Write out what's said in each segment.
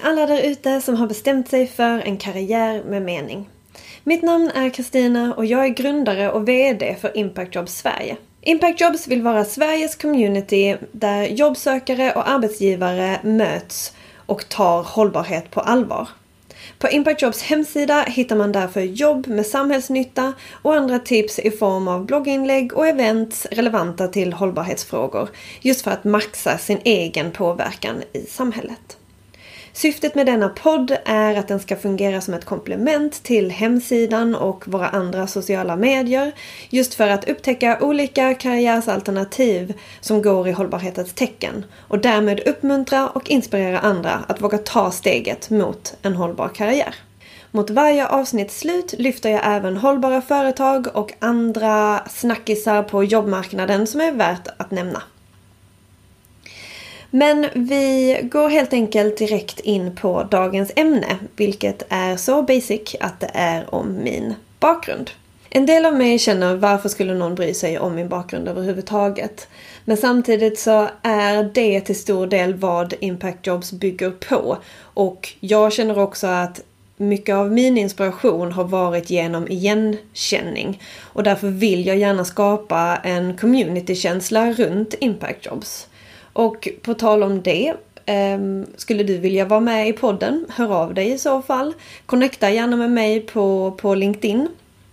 alla där ute som har bestämt sig för en karriär med mening. Mitt namn är Kristina och jag är grundare och VD för Impact Jobs Sverige. Impact Jobs vill vara Sveriges community där jobbsökare och arbetsgivare möts och tar hållbarhet på allvar. På Impact Jobs hemsida hittar man därför jobb med samhällsnytta och andra tips i form av blogginlägg och events relevanta till hållbarhetsfrågor, just för att maxa sin egen påverkan i samhället. Syftet med denna podd är att den ska fungera som ett komplement till hemsidan och våra andra sociala medier, just för att upptäcka olika karriärsalternativ som går i hållbarhetens tecken och därmed uppmuntra och inspirera andra att våga ta steget mot en hållbar karriär. Mot varje avsnitts slut lyfter jag även hållbara företag och andra snackisar på jobbmarknaden som är värt att nämna. Men vi går helt enkelt direkt in på dagens ämne, vilket är så basic att det är om min bakgrund. En del av mig känner varför skulle någon bry sig om min bakgrund överhuvudtaget. Men samtidigt så är det till stor del vad Impact Jobs bygger på. Och jag känner också att mycket av min inspiration har varit genom igenkänning. Och därför vill jag gärna skapa en communitykänsla runt Impact Jobs. Och på tal om det, skulle du vilja vara med i podden, hör av dig i så fall. Connecta gärna med mig på LinkedIn,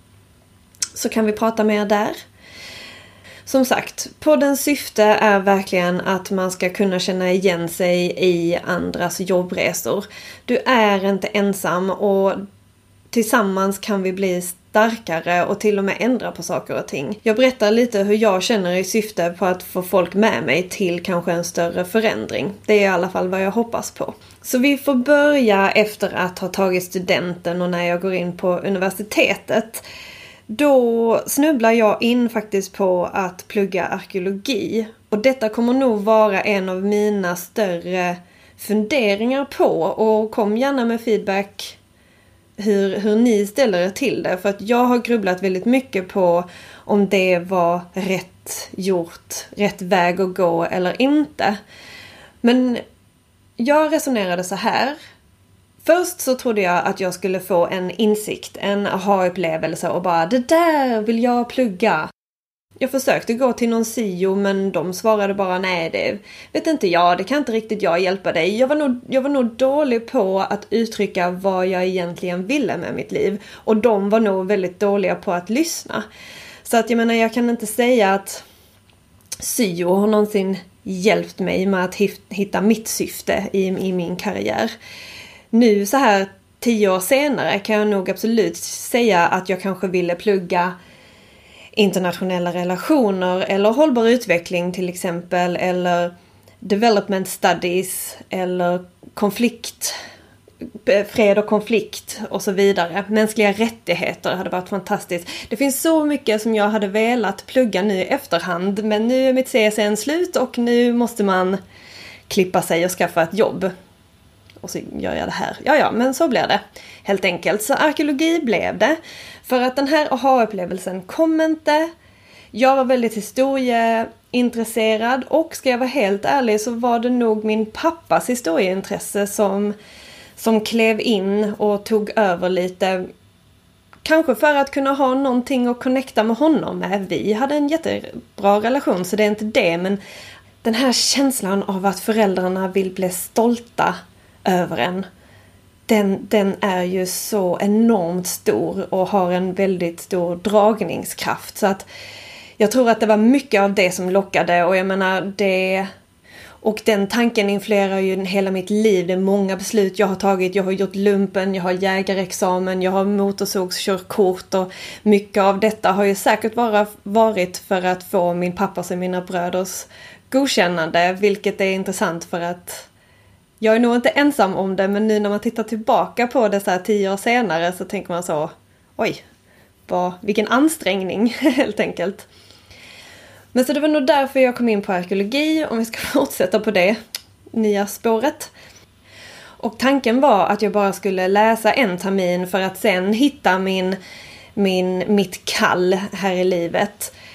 så kan vi prata mer där. Som sagt, poddens syfte är verkligen att man ska kunna känna igen sig i andras jobbresor. Du är inte ensam och tillsammans kan vi bli starkare och till och med ändra på saker och ting. Jag berättar lite hur jag känner i syfte på att få folk med mig till kanske en större förändring. Det är i alla fall vad jag hoppas på. Så vi får börja efter att ha tagit studenten och när jag går in på universitetet. Då snubblar jag in faktiskt på att plugga arkeologi. Och detta kommer nog vara en av mina större funderingar på. Och kom gärna med feedback hur ni ställer er till det. För att jag har grubblat väldigt mycket på om det var rätt gjort, rätt väg att gå eller inte. Men jag resonerade så här. Först så trodde jag att jag skulle få en insikt, en aha-upplevelse och bara det där vill jag plugga. Jag försökte gå till någon SIO men de svarade bara nej, det vet inte jag, det kan inte riktigt jag hjälpa dig. Jag var nog dålig på att uttrycka vad jag egentligen ville med mitt liv och de var nog väldigt dåliga på att lyssna. Så att jag kan inte säga att SIO har någonsin hjälpt mig med att hitta mitt syfte i min karriär. Nu så här 10 år senare kan jag nog absolut säga att jag kanske ville plugga internationella relationer eller hållbar utveckling till exempel, eller development studies eller fred och konflikt och så vidare. Mänskliga rättigheter hade varit fantastiskt. Det finns så mycket som jag hade velat plugga nu i efterhand, men nu är mitt CSN slut och nu måste man klippa sig och skaffa ett jobb. Och så gör jag det här. Ja, men så blev det. Helt enkelt. Så arkeologi blev det. För att den här aha-upplevelsen kom inte. Jag var väldigt historieintresserad. Och ska jag vara helt ärlig så var det nog min pappas historieintresse som klev in och tog över lite. Kanske för att kunna ha någonting att connecta med honom med. Vi hade en jättebra relation så det är inte det. Men den här känslan av att föräldrarna vill bli stolta över en. Den är ju så enormt stor och har en väldigt stor dragningskraft. Så att jag tror att det var mycket av det som lockade. Och jag menar det. Och den tanken influerar ju hela mitt liv. Det är många beslut jag har tagit. Jag har gjort lumpen, jag har jägarexamen, jag har motorsågskörkort. Och mycket av detta har ju säkert varit för att få min pappas och mina bröders godkännande. Vilket är intressant för att jag är nog inte ensam om det, men nu när man tittar tillbaka på det så här 10 år senare så tänker man så, oj, vilken ansträngning helt enkelt. Men så det var nog därför jag kom in på arkeologi, om vi ska fortsätta på det nya spåret. Och tanken var att jag bara skulle läsa en termin för att sen hitta mitt kall här i livet.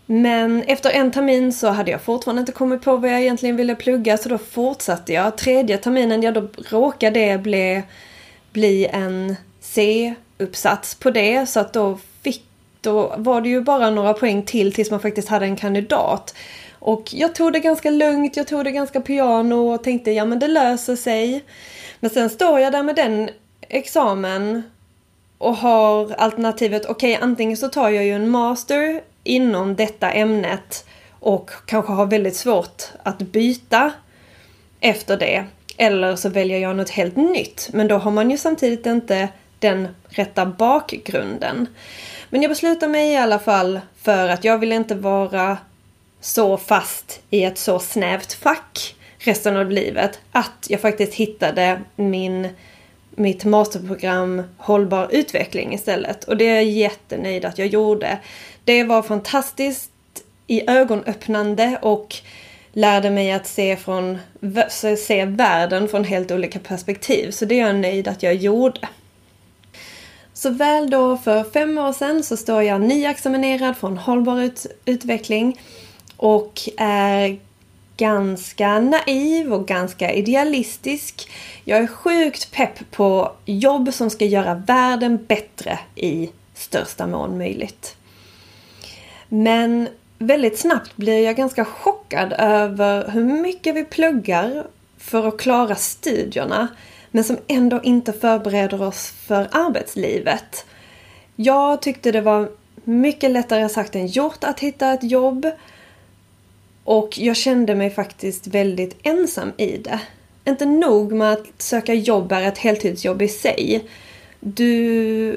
Men efter en termin så hade jag fortfarande inte kommit på vad jag egentligen ville plugga, så då fortsatte jag. Tredje terminen, ja, då råkade det bli en C-uppsats på det, så att då var det ju bara några poäng tills man faktiskt hade en kandidat. Och jag tog det ganska lugnt, jag tog det ganska piano och tänkte, ja men det löser sig. Men sen står jag där med den examen och har alternativet, okej, antingen så tar jag ju en master inom detta ämnet och kanske har väldigt svårt att byta efter det. Eller så väljer jag något helt nytt, men då har man ju samtidigt inte den rätta bakgrunden. Men jag beslutar mig i alla fall för att jag vill inte vara så fast i ett så snävt fack resten av livet, att jag faktiskt hittade mitt masterprogram hållbar utveckling istället. Och det är jag jättenöjd att jag gjorde. Det var fantastiskt i ögonöppnande och lärde mig att se världen från helt olika perspektiv. Så det är jag nöjd att jag gjorde. Så väl då för 5 år sedan så står jag nyexaminerad från hållbar utveckling och är ganska naiv och ganska idealistisk. Jag är sjukt pepp på jobb som ska göra världen bättre i största mån möjligt. Men väldigt snabbt blir jag ganska chockad över hur mycket vi pluggar för att klara studierna, men som ändå inte förbereder oss för arbetslivet. Jag tyckte det var mycket lättare sagt än gjort att hitta ett jobb. Och jag kände mig faktiskt väldigt ensam i det. Inte nog med att söka jobb är ett heltidsjobb i sig. Du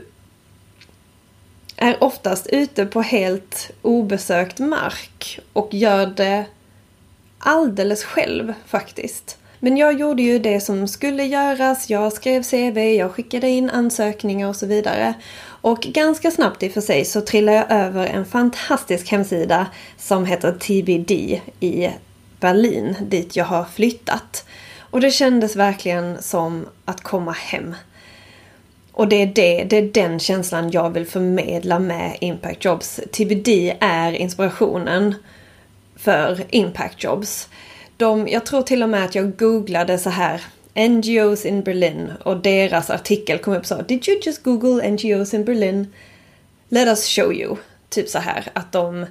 är oftast ute på helt obesökt mark och gör det alldeles själv faktiskt. Men jag gjorde ju det som skulle göras. Jag skrev CV, jag skickade in ansökningar och så vidare. Och ganska snabbt i och för sig så trillade jag över en fantastisk hemsida som heter TBD i Berlin, dit jag har flyttat. Och det kändes verkligen som att komma hem. Och det är den känslan jag vill förmedla med Impact Jobs. TBD är inspirationen för Impact Jobs. Jag tror till och med att jag googlade så här NGOs in Berlin och deras artikel kom upp så: Did you just google NGOs in Berlin? Let us show you. Typ så här att de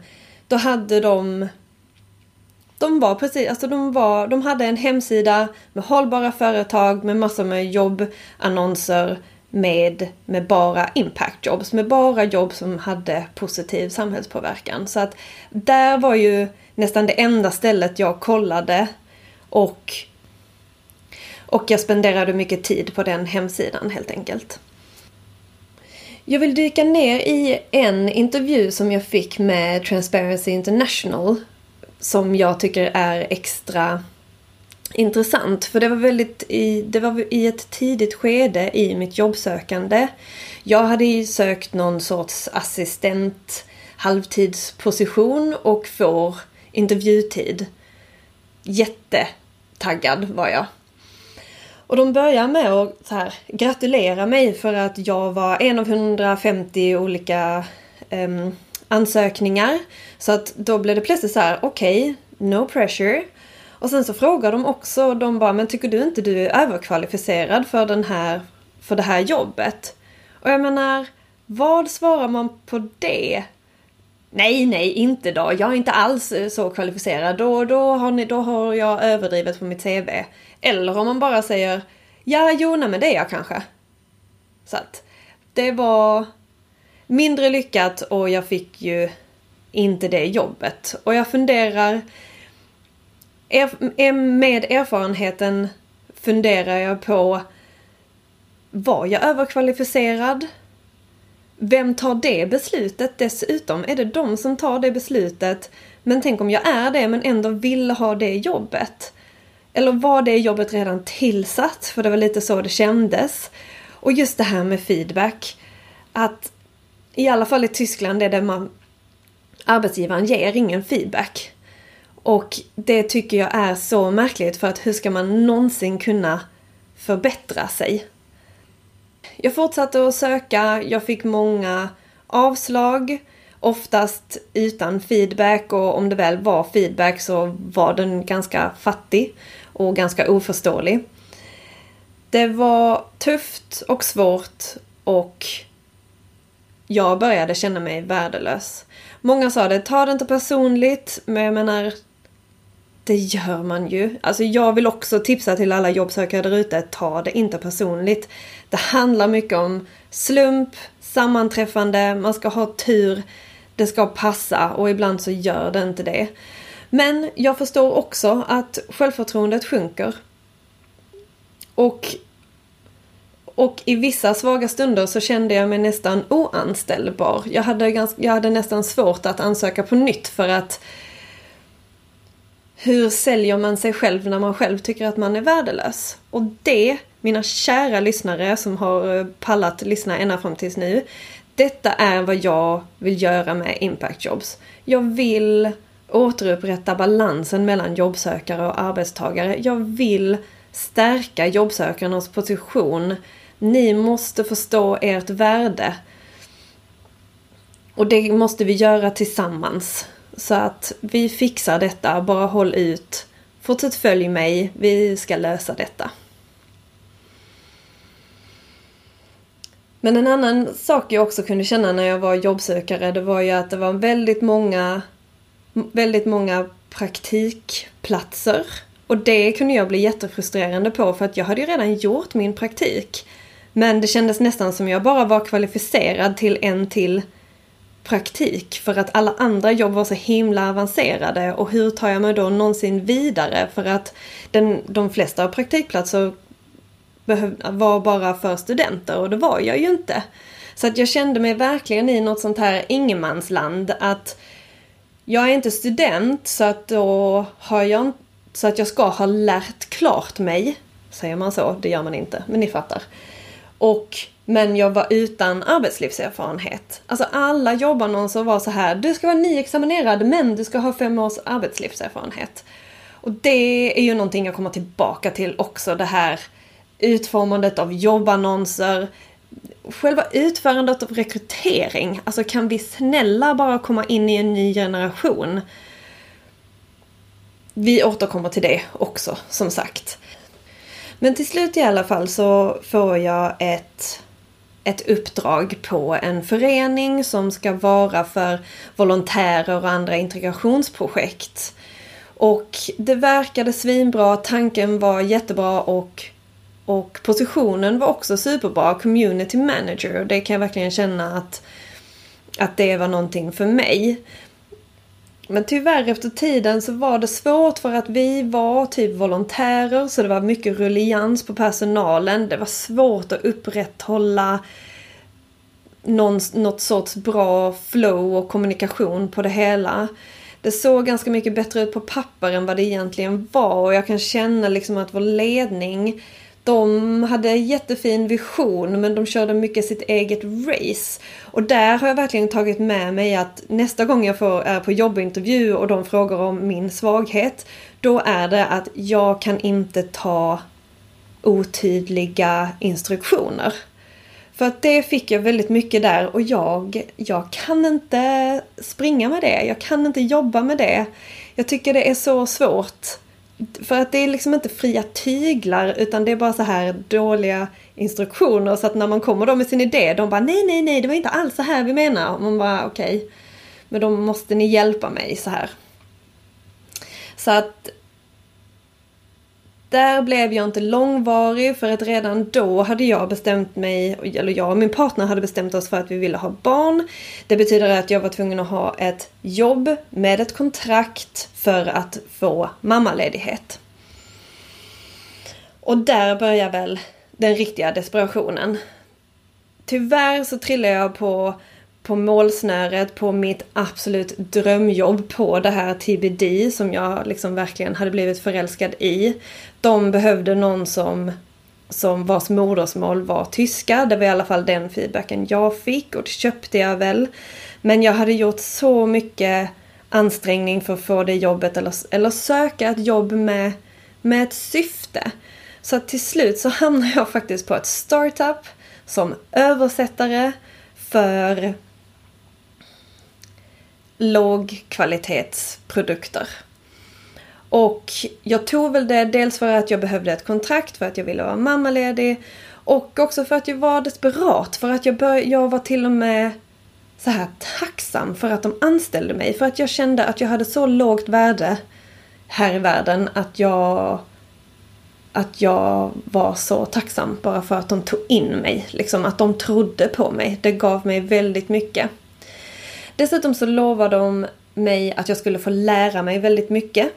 var precis, alltså de hade en hemsida med hållbara företag med massor med jobbannonser med bara impact jobs, med bara jobb som hade positiv samhällspåverkan. Så att där var ju nästan det enda stället jag kollade och jag spenderade mycket tid på den hemsidan helt enkelt. Jag vill dyka ner i en intervju som jag fick med Transparency International som jag tycker är extra intressant. För det var i ett tidigt skede i mitt jobbsökande. Jag hade sökt någon sorts assistent halvtidsposition och får intervjutid. Jättetaggad var jag. Och de börjar med att så här, gratulera mig för att jag var en av 150 olika ansökningar. Så att då blev det plötsligt så här: okej, no pressure. Och sen så frågar de också, de bara, men tycker du inte du är överkvalificerad för det här jobbet? Och jag menar, vad svarar man på det? Nej, inte då. Jag är inte alls så kvalificerad. Då har jag överdrivet på mitt CV. Eller om man bara säger, men det är jag kanske. Så att det var mindre lyckat och jag fick ju inte det jobbet. Och jag funderar, med erfarenheten funderar jag på, var jag överkvalificerad? Vem tar det beslutet? Dessutom är det de som tar det beslutet. Men tänk om jag är det men ändå vill ha det jobbet. Eller var det jobbet redan tillsatt? För det var lite så det kändes. Och just det här med feedback. Att i alla fall i Tyskland är det arbetsgivaren ger ingen feedback. Och det tycker jag är så märkligt, för att hur ska man någonsin kunna förbättra sig? Jag fortsatte att söka, jag fick många avslag Oftast utan feedback, och om det väl var feedback så var den ganska fattig och ganska oförståelig. Det var tufft och svårt och jag började känna mig värdelös. Många sa det, ta det inte personligt, men jag menar, det gör man ju. Alltså jag vill också tipsa till alla jobbsökare där ute, ta det inte personligt. Det handlar mycket om slump, sammanträffande, man ska ha tur, det ska passa och ibland så gör det inte det. Men jag förstår också att självförtroendet sjunker. Och i vissa svaga stunder så kände jag mig nästan oanställbar. Jag hade nästan svårt att ansöka på nytt, för att hur säljer man sig själv när man själv tycker att man är värdelös? Och det, mina kära lyssnare som har pallat lyssna ända fram tills nu, detta är vad jag vill göra med Impact Jobs. Jag vill återupprätta balansen mellan jobbsökare och arbetstagare. Jag vill stärka jobbsökarnas position. Ni måste förstå ert värde. Och det måste vi göra tillsammans. Så att vi fixar detta. Bara håll ut. Fortsätt följ mig. Vi ska lösa detta. Men en annan sak jag också kunde känna när jag var jobbsökare, det var ju att det var väldigt många praktikplatser. Och det kunde jag bli jättefrustrerande på, för att jag hade ju redan gjort min praktik. Men det kändes nästan som jag bara var kvalificerad till en till praktik, för att alla andra jobb var så himla avancerade. Och hur tar jag mig då någonsin vidare? För att de flesta av praktikplatser var bara för studenter, och det var jag ju inte. Så att jag kände mig verkligen i något sånt här ingenmansland, att jag är inte student, så att jag ska ha lärt klart mig. Säger man så? Det gör man inte, men ni fattar. Men jag var utan arbetslivserfarenhet. Alltså alla jobbannonser var så här: du ska vara nyexaminerad, men du ska ha 5 års arbetslivserfarenhet. Och det är ju någonting jag kommer tillbaka till också, det här utformandet av jobbannonser. Själva utförandet av rekrytering. Alltså kan vi snälla bara komma in i en ny generation? Vi återkommer till det också, som sagt. Men till slut i alla fall så får jag ett uppdrag på en förening som ska vara för volontärer och andra integrationsprojekt. Och det verkade svinbra, tanken var jättebra och positionen var också superbra, community manager. Och det kan jag verkligen känna att det var någonting för mig. Men tyvärr efter tiden så var det svårt, för att vi var typ volontärer, så det var mycket rullians på personalen. Det var svårt att upprätthålla något sorts bra flow och kommunikation på det hela. Det såg ganska mycket bättre ut på papper än vad det egentligen var, och jag kan känna liksom att vår ledning, de hade jättefin vision, men de körde mycket sitt eget race. Och där har jag verkligen tagit med mig att nästa gång jag är på jobbintervju och de frågar om min svaghet, då är det att jag kan inte ta otydliga instruktioner. För att det fick jag väldigt mycket där, och jag kan inte springa med det. Jag kan inte jobba med det. Jag tycker det är så svårt. För att det är liksom inte fria tyglar, utan det är bara så här dåliga instruktioner. Så att när man kommer då med sin idé, de bara nej, det var inte alls så här vi menar. Och man bara okej, men då måste ni hjälpa mig så här. Så att där blev jag inte långvarig, för att redan då hade jag bestämt mig, eller jag och min partner hade bestämt oss för att vi ville ha barn. Det betyder att jag var tvungen att ha ett jobb med ett kontrakt för att få mammaledighet. Och där börjar väl den riktiga desperationen. Tyvärr så trillade jag på målsnöret på mitt absolut drömjobb på det här TBD som jag liksom verkligen hade blivit förälskad i. De behövde någon som vars modersmål var tyska. Det var i alla fall den feedbacken jag fick, och det köpte jag väl. Men jag hade gjort så mycket ansträngning för att få det jobbet eller söka ett jobb med ett syfte. Så att till slut så hamnade jag faktiskt på ett startup som översättare för lågkvalitetsprodukter. Och jag tog väl det dels för att jag behövde ett kontrakt, för att jag ville vara mammaledig. Och också för att jag var desperat. För att jag var till och med så här tacksam för att de anställde mig. För att jag kände att jag hade så lågt värde här i världen att jag var så tacksam bara för att de tog in mig. Liksom att de trodde på mig. Det gav mig väldigt mycket. Dessutom så lovade de mig att jag skulle få lära mig väldigt mycket.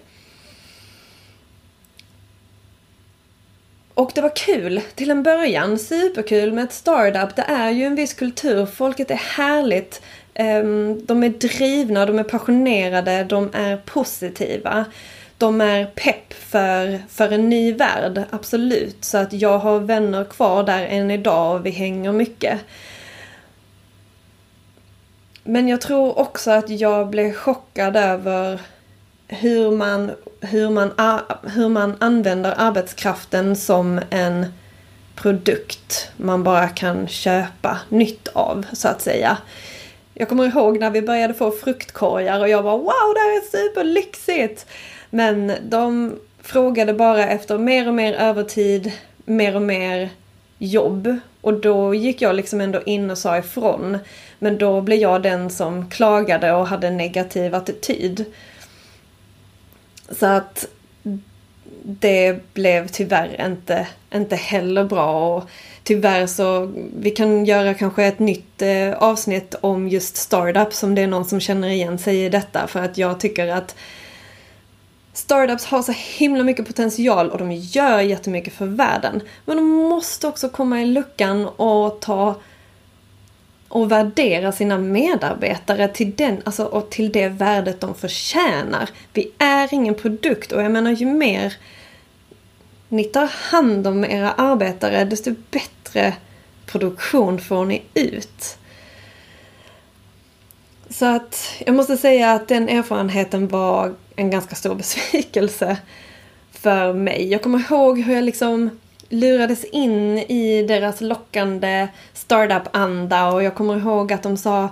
Och det var kul till en början, superkul med ett startup. Det är ju en viss kultur, folket är härligt, de är drivna, de är passionerade, de är positiva. De är pepp för en ny värld, absolut. Så att jag har vänner kvar där än idag och vi hänger mycket. Men jag tror också att jag blev chockad över hur man använder arbetskraften som en produkt man bara kan köpa nytt av, så att säga. Jag kommer ihåg när vi började få fruktkorgar och jag bara wow, det här är superlyxigt. Men de frågade bara efter mer och mer övertid, mer och mer jobb. Och då gick jag liksom ändå in och sa ifrån. Men då blev jag den som klagade och hade negativ attityd. Så att det blev tyvärr inte heller bra. Och tyvärr så vi kan göra kanske ett nytt avsnitt om just startups, om det är någon som känner igen sig i detta. För att jag tycker att startups har så himla mycket potential och de gör jättemycket för världen. Men de måste också komma i luckan och värdera sina medarbetare till det värdet de förtjänar. Vi är ingen produkt, och jag menar ju mer ni tar hand om era arbetare, desto bättre produktion får ni ut. Så att jag måste säga att den erfarenheten var en ganska stor besvikelse för mig. Jag kommer ihåg hur jag liksom lurades in i deras lockande startup-anda, och jag kommer ihåg att de sa,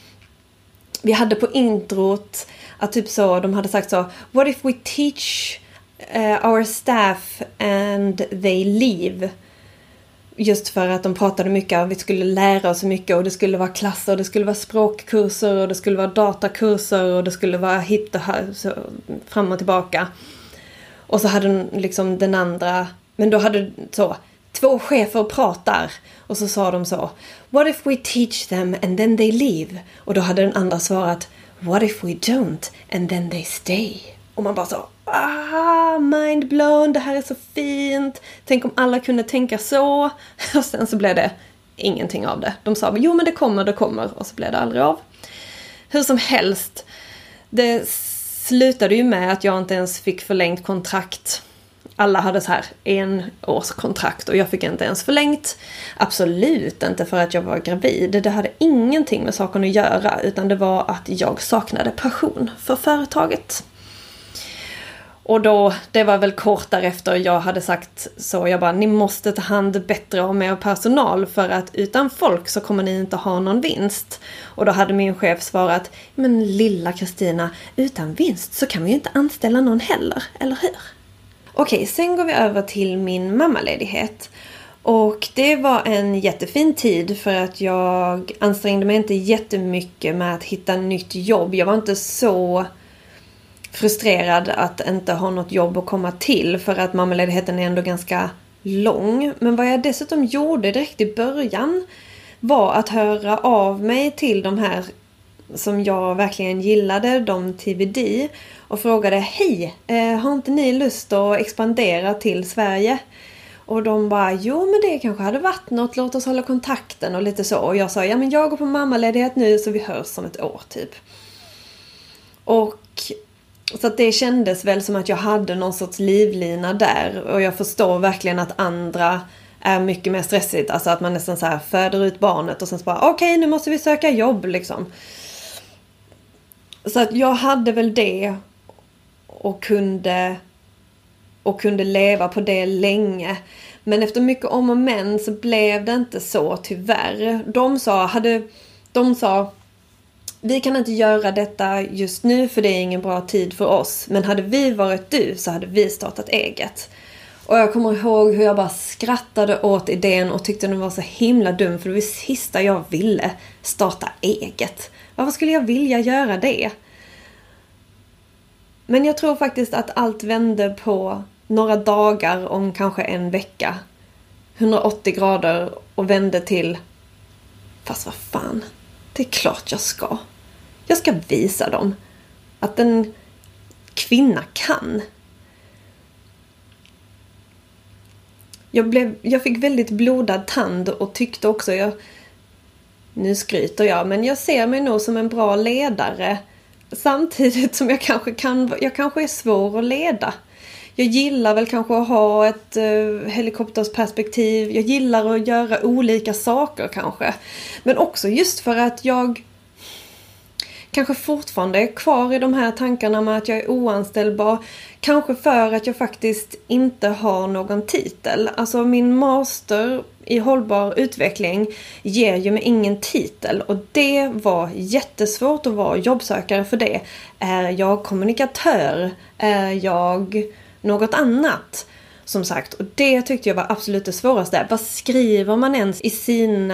vi hade på introt att typ så, de hade sagt så: what if we teach our staff and they leave? Just för att de pratade mycket om att vi skulle lära oss mycket, och det skulle vara klasser, och det skulle vara språkkurser, och det skulle vara datakurser, och det skulle vara hit och här, så fram och tillbaka. Och så hade liksom den andra, men då hade så 2 chefer pratar, och så sa de så: what if we teach them and then they leave? Och då hade den andra svarat: what if we don't and then they stay? Och man bara så, mind blown, det här är så fint. Tänk om alla kunde tänka så. Och sen så blev det ingenting av det. De sa, jo men det kommer. Och så blev det aldrig av. Hur som helst, det slutade ju med att jag inte ens fick förlängt kontrakt. Alla hade så här 1 års kontrakt och jag fick inte ens förlängt. Absolut inte för att jag var gravid. Det hade ingenting med saken att göra, utan det var att jag saknade passion för företaget. Och då, det var väl kort därefter jag hade sagt så, jag bara, ni måste ta hand bättre om er personal, för att utan folk så kommer ni inte ha någon vinst. Och då hade min chef svarat, men lilla Kristina, utan vinst så kan vi ju inte anställa någon heller, eller hur? Okej, sen går vi över till min mammaledighet. Och det var en jättefin tid, för att jag ansträngde mig inte jättemycket med att hitta nytt jobb. Jag var inte så frustrerad att inte ha något jobb att komma till, för att mammaledigheten är ändå ganska lång. Men vad jag dessutom gjorde direkt i början var att höra av mig till de här som jag verkligen gillade, de TVD, och frågade, hej, har inte ni lust att expandera till Sverige? Och de bara, jo men det kanske hade varit något, låt oss hålla kontakten och lite så. Och jag sa, ja men jag går på mammaledighet nu så vi hörs om ett år typ. Och så att det kändes väl som att jag hade någon sorts livlina där. Och jag förstår verkligen att andra är mycket mer stressigt. Alltså att man nästan så här föder ut barnet och sen så bara, okej, nu måste vi söka jobb liksom. Så att jag hade väl det och kunde leva på det länge. Men efter mycket om och men så blev det inte så, tyvärr. De sa, vi kan inte göra detta just nu för det är ingen bra tid för oss. Men hade vi varit du så hade vi startat eget. Och jag kommer ihåg hur jag bara skrattade åt idén och tyckte den var så himla dum. För det var det sista jag ville, starta eget. Varför skulle jag vilja göra det? Men jag tror faktiskt att allt vände på några dagar, om kanske en vecka. 180 grader och vände till, fast vad fan, det är klart jag ska. Jag ska visa dem att en kvinna kan. Jag fick väldigt blodad tand och tyckte också, nu skryter jag, men jag ser mig nog som en bra ledare. Samtidigt som jag kanske är svår att leda. Jag gillar väl kanske att ha ett helikoptersperspektiv. Jag gillar att göra olika saker kanske. Men också just för att jag kanske fortfarande är kvar i de här tankarna med att jag är oanställbar. Kanske för att jag faktiskt inte har någon titel. Alltså min master i hållbar utveckling ger ju mig ingen titel. Och det var jättesvårt att vara jobbsökare för det. Är jag kommunikatör? Är jag något annat? Som sagt, och det tyckte jag var absolut det svåraste. Vad skriver man ens i sin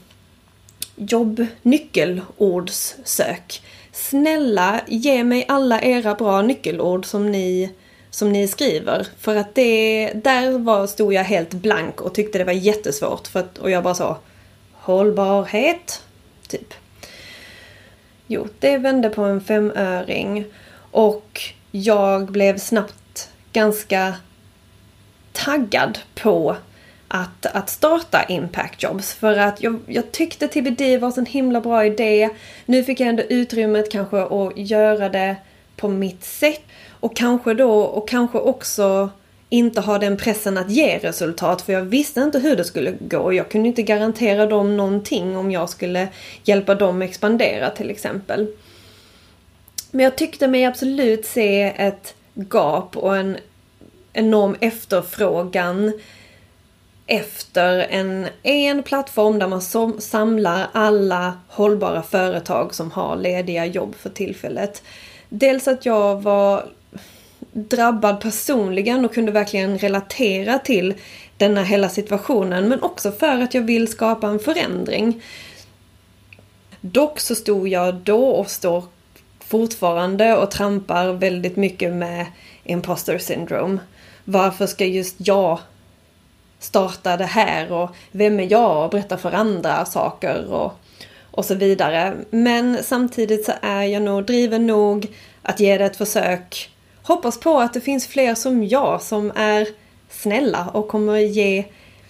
jobbnyckelordssök? Snälla, ge mig alla era bra nyckelord som ni skriver. För att stod jag helt blank och tyckte det var jättesvårt. Och jag bara sa, hållbarhet, typ. Jo, det vände på en 5-öring. Och jag blev snabbt ganska taggad på att starta Impact Jobs. För att jag tyckte TBD var en himla bra idé. Nu fick jag ändå utrymmet kanske att göra det på mitt sätt. Och kanske också inte ha den pressen att ge resultat. För jag visste inte hur det skulle gå. Jag kunde inte garantera dem någonting om jag skulle hjälpa dem expandera till exempel. Men jag tyckte mig absolut se ett gap och en enorm efterfrågan efter en plattform där man samlar alla hållbara företag som har lediga jobb för tillfället. Dels att jag var drabbad personligen och kunde verkligen relatera till denna hela situationen, men också för att jag vill skapa en förändring. Dock så stod jag då och står fortfarande och trampar väldigt mycket med imposter syndrome. Varför ska just jag starta det här och vem är jag och berätta för andra saker och så vidare. Men samtidigt så är jag nog driven nog att ge det ett försök. Hoppas på att det finns fler som jag som är snälla och kommer ge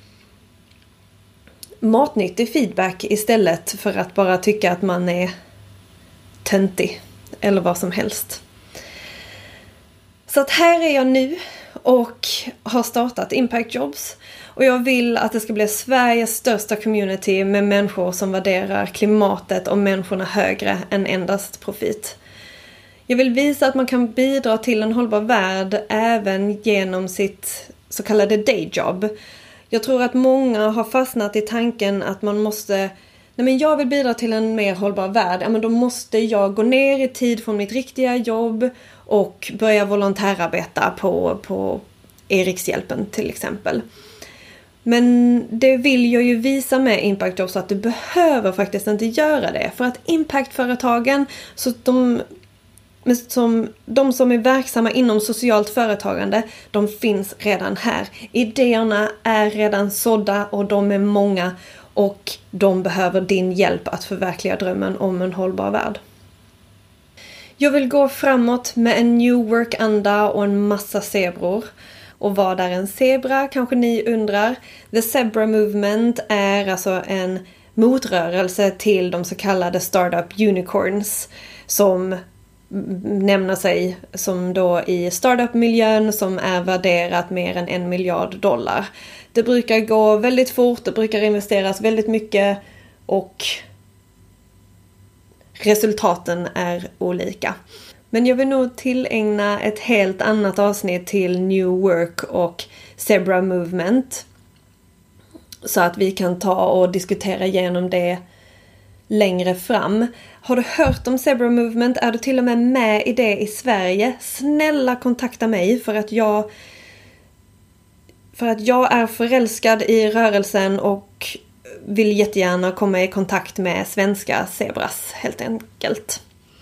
matnyttig feedback istället för att bara tycka att man är töntig eller vad som helst. Så att här är jag nu och har startat Impact Jobs. Och jag vill att det ska bli Sveriges största community med människor som värderar klimatet och människorna högre än endast profit. Jag vill visa att man kan bidra till en hållbar värld även genom sitt så kallade dayjob. Jag tror att många har fastnat i tanken att man måste, jag vill bidra till en mer hållbar värld. Ja, men då måste jag gå ner i tid från mitt riktiga jobb och börja volontärarbeta på Erikshjälpen till exempel. Men det vill jag ju visa med Impact Jobs så att du behöver faktiskt inte göra det. För att impactföretagen, så de som är verksamma inom socialt företagande, de finns redan här. Idéerna är redan sådda och de är många och de behöver din hjälp att förverkliga drömmen om en hållbar värld. Jag vill gå framåt med en new work-anda och en massa zebror. Och vad är en zebra? Kanske ni undrar. The Zebra Movement är alltså en motrörelse till de så kallade startup unicorns som nämner sig som då i startup-miljön som är värderat mer än $1 miljard. Det brukar gå väldigt fort, det brukar investeras väldigt mycket och resultaten är olika. Men jag vill nog tillägna ett helt annat avsnitt till New Work och Zebra Movement. Så att vi kan ta och diskutera igenom det längre fram. Har du hört om Zebra Movement? Är du till och med i det i Sverige? Snälla kontakta mig för att jag är förälskad i rörelsen och vill jättegärna komma i kontakt med svenska zebras helt enkelt.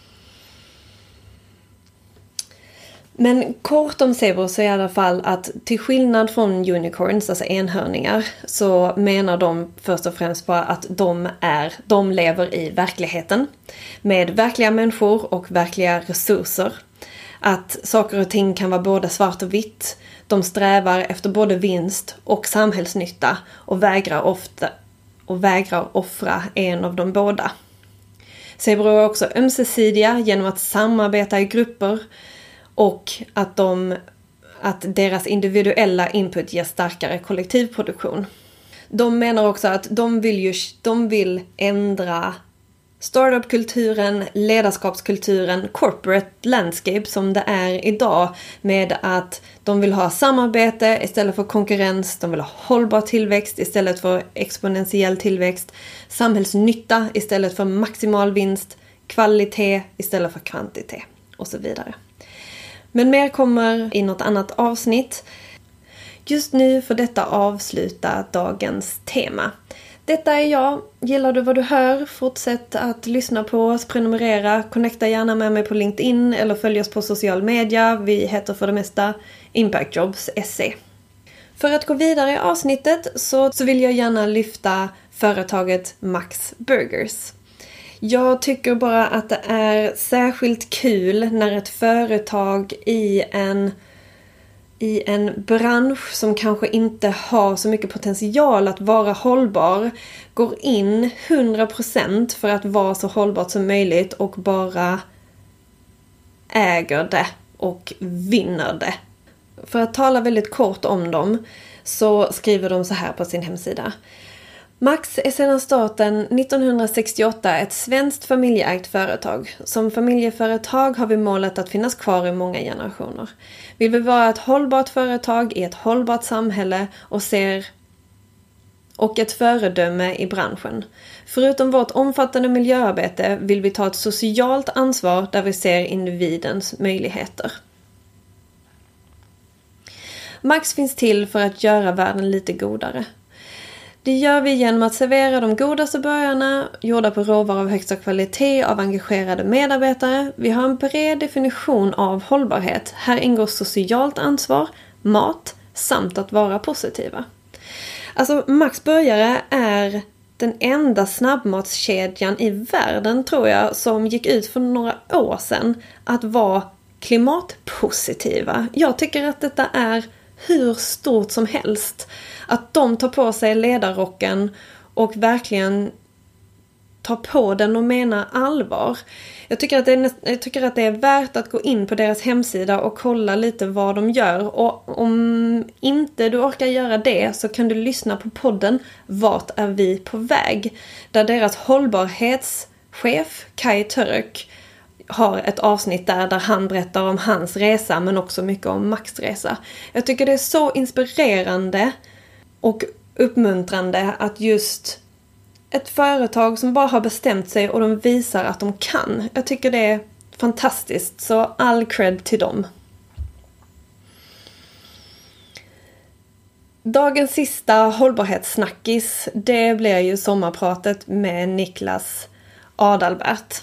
Men kort om zebros så är i alla fall att till skillnad från unicorns, alltså enhörningar, så menar de först och främst bara att de lever i verkligheten med verkliga människor och verkliga resurser. Att saker och ting kan vara både svart och vitt. De strävar efter både vinst och samhällsnytta och vägrar offra en av de båda. Zebror är också ömsesidiga genom att samarbeta i grupper och att deras individuella input ger starkare kollektivproduktion. De menar också att de vill ändra startup-kulturen, ledarskapskulturen, corporate landscape som det är idag, med att de vill ha samarbete istället för konkurrens, de vill ha hållbar tillväxt istället för exponentiell tillväxt, samhällsnytta istället för maximal vinst, kvalitet istället för kvantitet och så vidare. Men mer kommer i något annat avsnitt. Just nu får detta avsluta dagens tema. Detta är jag. Gillar du vad du hör? Fortsätt att lyssna på oss, prenumerera, connecta gärna med mig på LinkedIn eller följ oss på social media. Vi heter för det mesta Impact Jobs SE. För att gå vidare i avsnittet så vill jag gärna lyfta företaget Max Burgers. Jag tycker bara att det är särskilt kul när ett företag i en bransch som kanske inte har så mycket potential att vara hållbar går in 100% för att vara så hållbart som möjligt och bara äger det och vinner det. För att tala väldigt kort om dem så skriver de så här på sin hemsida. Max är sedan starten 1968 ett svenskt familjeägt företag. Som familjeföretag har vi målet att finnas kvar i många generationer. Vi vill vara ett hållbart företag i ett hållbart samhälle och ett föredöme i branschen. Förutom vårt omfattande miljöarbete vill vi ta ett socialt ansvar där vi ser individens möjligheter. Max finns till för att göra världen lite godare. Det gör vi genom att servera de godaste burgarna, gjorda på råvaror av högsta kvalitet av engagerade medarbetare. Vi har en bred definition av hållbarhet. Här ingår socialt ansvar, mat samt att vara positiva. Alltså Max Burgare är den enda snabbmatskedjan i världen, tror jag, som gick ut för några år sedan att vara klimatpositiva. Jag tycker att detta är hur stort som helst. Att de tar på sig ledarrocken och verkligen tar på den och menar allvar. Jag tycker att det är värt att gå in på deras hemsida och kolla lite vad de gör. Och om inte du orkar göra det så kan du lyssna på podden Vart är vi på väg? Där deras hållbarhetschef Kai Turk har ett avsnitt där han berättar om hans resa men också mycket om Max resa. Jag tycker det är så inspirerande och uppmuntrande att just ett företag som bara har bestämt sig och de visar att de kan. Jag tycker det är fantastiskt, så all cred till dem. Dagens sista hållbarhetssnackis, det blir ju sommarpratet med Niklas Adalbert.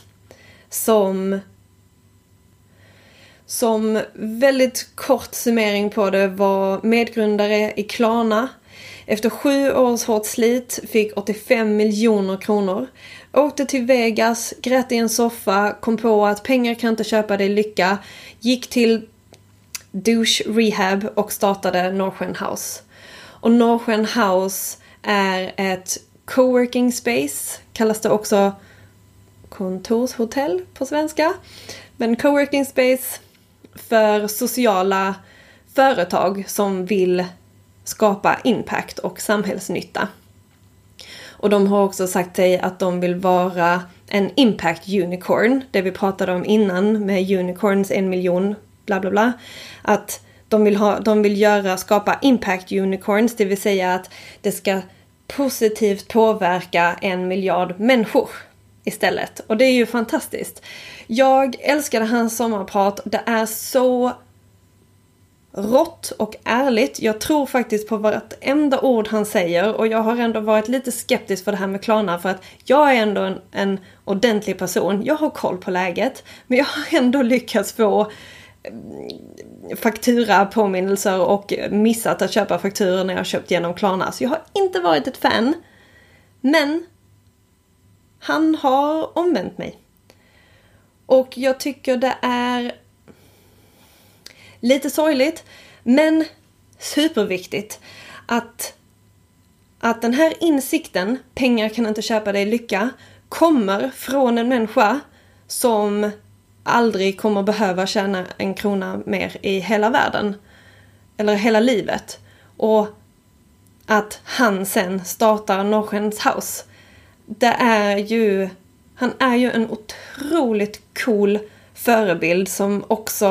Som väldigt kort summering på det var medgrundare i Klarna. Efter 7 års hårt slit fick 85 miljoner kronor. Åkte till Vegas, grät i en soffa, kom på att pengar kan inte köpa dig lycka. Gick till douche rehab och startade Norrsken House. Och Norrsken House är ett coworking space, kallas det också kontorshotell på svenska. Men coworking space för sociala företag som vill skapa impact och samhällsnytta. Och de har också sagt sig att de vill vara en impact unicorn. Det vi pratade om innan med unicorns 1 miljon bla bla bla. Att de vill skapa impact unicorns, det vill säga att det ska positivt påverka 1 miljard människor. istället. Och det är ju fantastiskt. Jag älskade hans sommarprat. Det är så rått och ärligt. Jag tror faktiskt på vartenda ord han säger. Och jag har ändå varit lite skeptisk för det här med Klarna. För att jag är ändå en ordentlig person. Jag har koll på läget. Men jag har ändå lyckats få faktura, påminnelser och missat att köpa fakturor när jag har köpt genom Klarna. Så jag har inte varit ett fan. Men han har omvänt mig. Och jag tycker det är lite sorgligt, men superviktigt att den här insikten, pengar kan inte köpa dig lycka, kommer från en människa som aldrig kommer behöva tjäna en krona mer i hela världen. Eller hela livet. Och att han sen startar Norrskens House. Han är ju en otroligt cool förebild som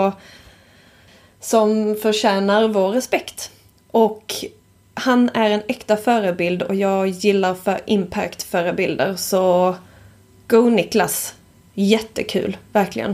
förtjänar vår respekt. Och han är en äkta förebild och jag gillar för impact-förebilder. Så go Niklas! Jättekul, verkligen.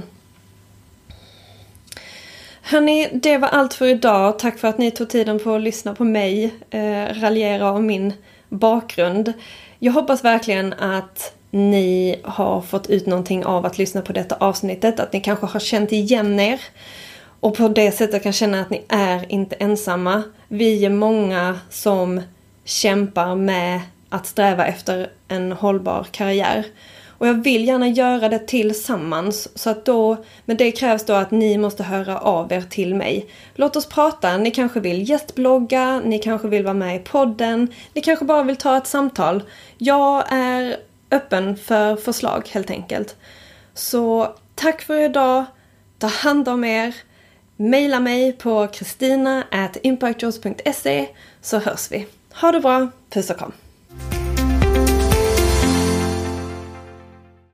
Hörrni, det var allt för idag. Tack för att ni tog tiden på att lyssna på mig raljera om min bakgrund. Jag hoppas verkligen att ni har fått ut någonting av att lyssna på detta avsnittet. Att ni kanske har känt igen er. Och på det sättet kan känna att ni är inte ensamma. Vi är många som kämpar med att sträva efter en hållbar karriär. Och jag vill gärna göra det tillsammans. Så att men det krävs då att ni måste höra av er till mig. Låt oss prata. Ni kanske vill gästblogga. Ni kanske vill vara med i podden. Ni kanske bara vill ta ett samtal. Jag är öppen för förslag helt enkelt. Så tack för idag. Ta hand om er. Maila mig på kristina@impactjobs.se så hörs vi. Ha det bra. Puss och kram.